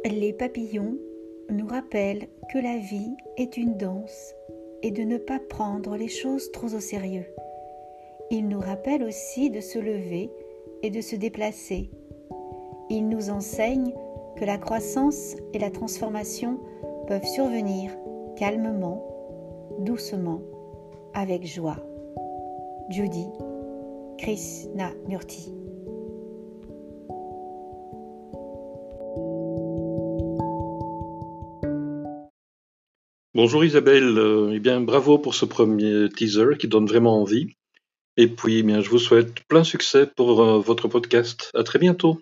Les papillons nous rappellent que la vie est une danse et de ne pas prendre les choses trop au sérieux. Ils nous rappellent aussi de se lever et de se déplacer. Ils nous enseignent que la croissance et la transformation peuvent survenir calmement, doucement, avec joie. Judy Krishnamurti. Bonjour Isabelle, bravo pour ce premier teaser qui donne vraiment envie. Et puis je vous souhaite plein succès pour votre podcast. À très bientôt.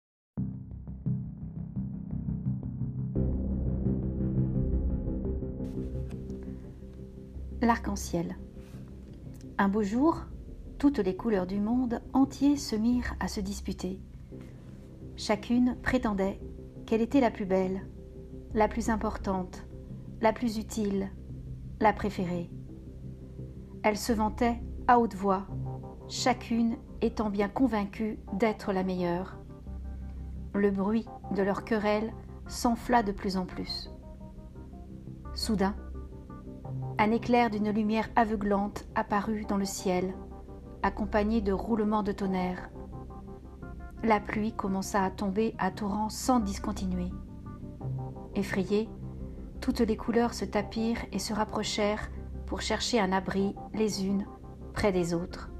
L'arc-en-ciel. Un beau jour, toutes les couleurs du monde entier se mirent à se disputer. Chacune prétendait qu'elle était la plus belle, la plus importante, la plus utile, la préférée. Elles se vantaient à haute voix, chacune étant bien convaincue d'être la meilleure. Le bruit de leur querelle s'enfla de plus en plus. Soudain, un éclair d'une lumière aveuglante apparut dans le ciel, accompagné de roulements de tonnerre. La pluie commença à tomber à torrents sans discontinuer. Effrayées, toutes les couleurs se tapirent et se rapprochèrent pour chercher un abri les unes près des autres.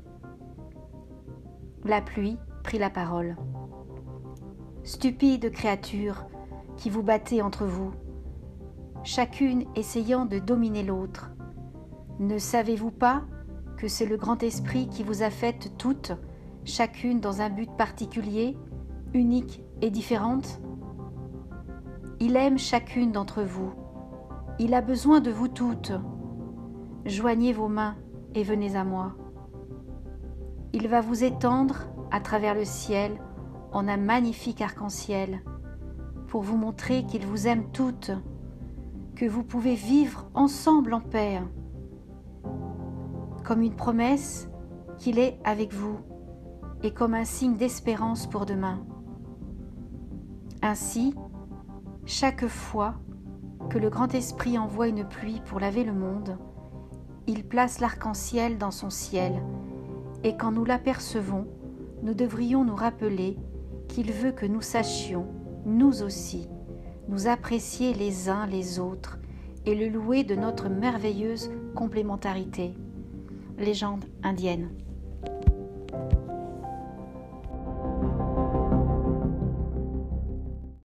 La pluie prit la parole. « Stupides créatures qui vous battez entre vous, chacune essayant de dominer l'autre, ne savez-vous pas que c'est le grand esprit qui vous a faites toutes, chacune dans un but particulier, unique et différente ? Il aime chacune d'entre vous. Il a besoin de vous toutes. Joignez vos mains et venez à moi. Il va vous étendre à travers le ciel en un magnifique arc-en-ciel pour vous montrer qu'il vous aime toutes, que vous pouvez vivre ensemble en paix, comme une promesse qu'il est avec vous et comme un signe d'espérance pour demain. Ainsi, chaque fois que le grand esprit envoie une pluie pour laver le monde, il place l'arc-en-ciel dans son ciel, et quand nous l'apercevons, nous devrions nous rappeler qu'il veut que nous sachions, nous aussi, nous apprécier les uns les autres et le louer de notre merveilleuse complémentarité. Légende indienne.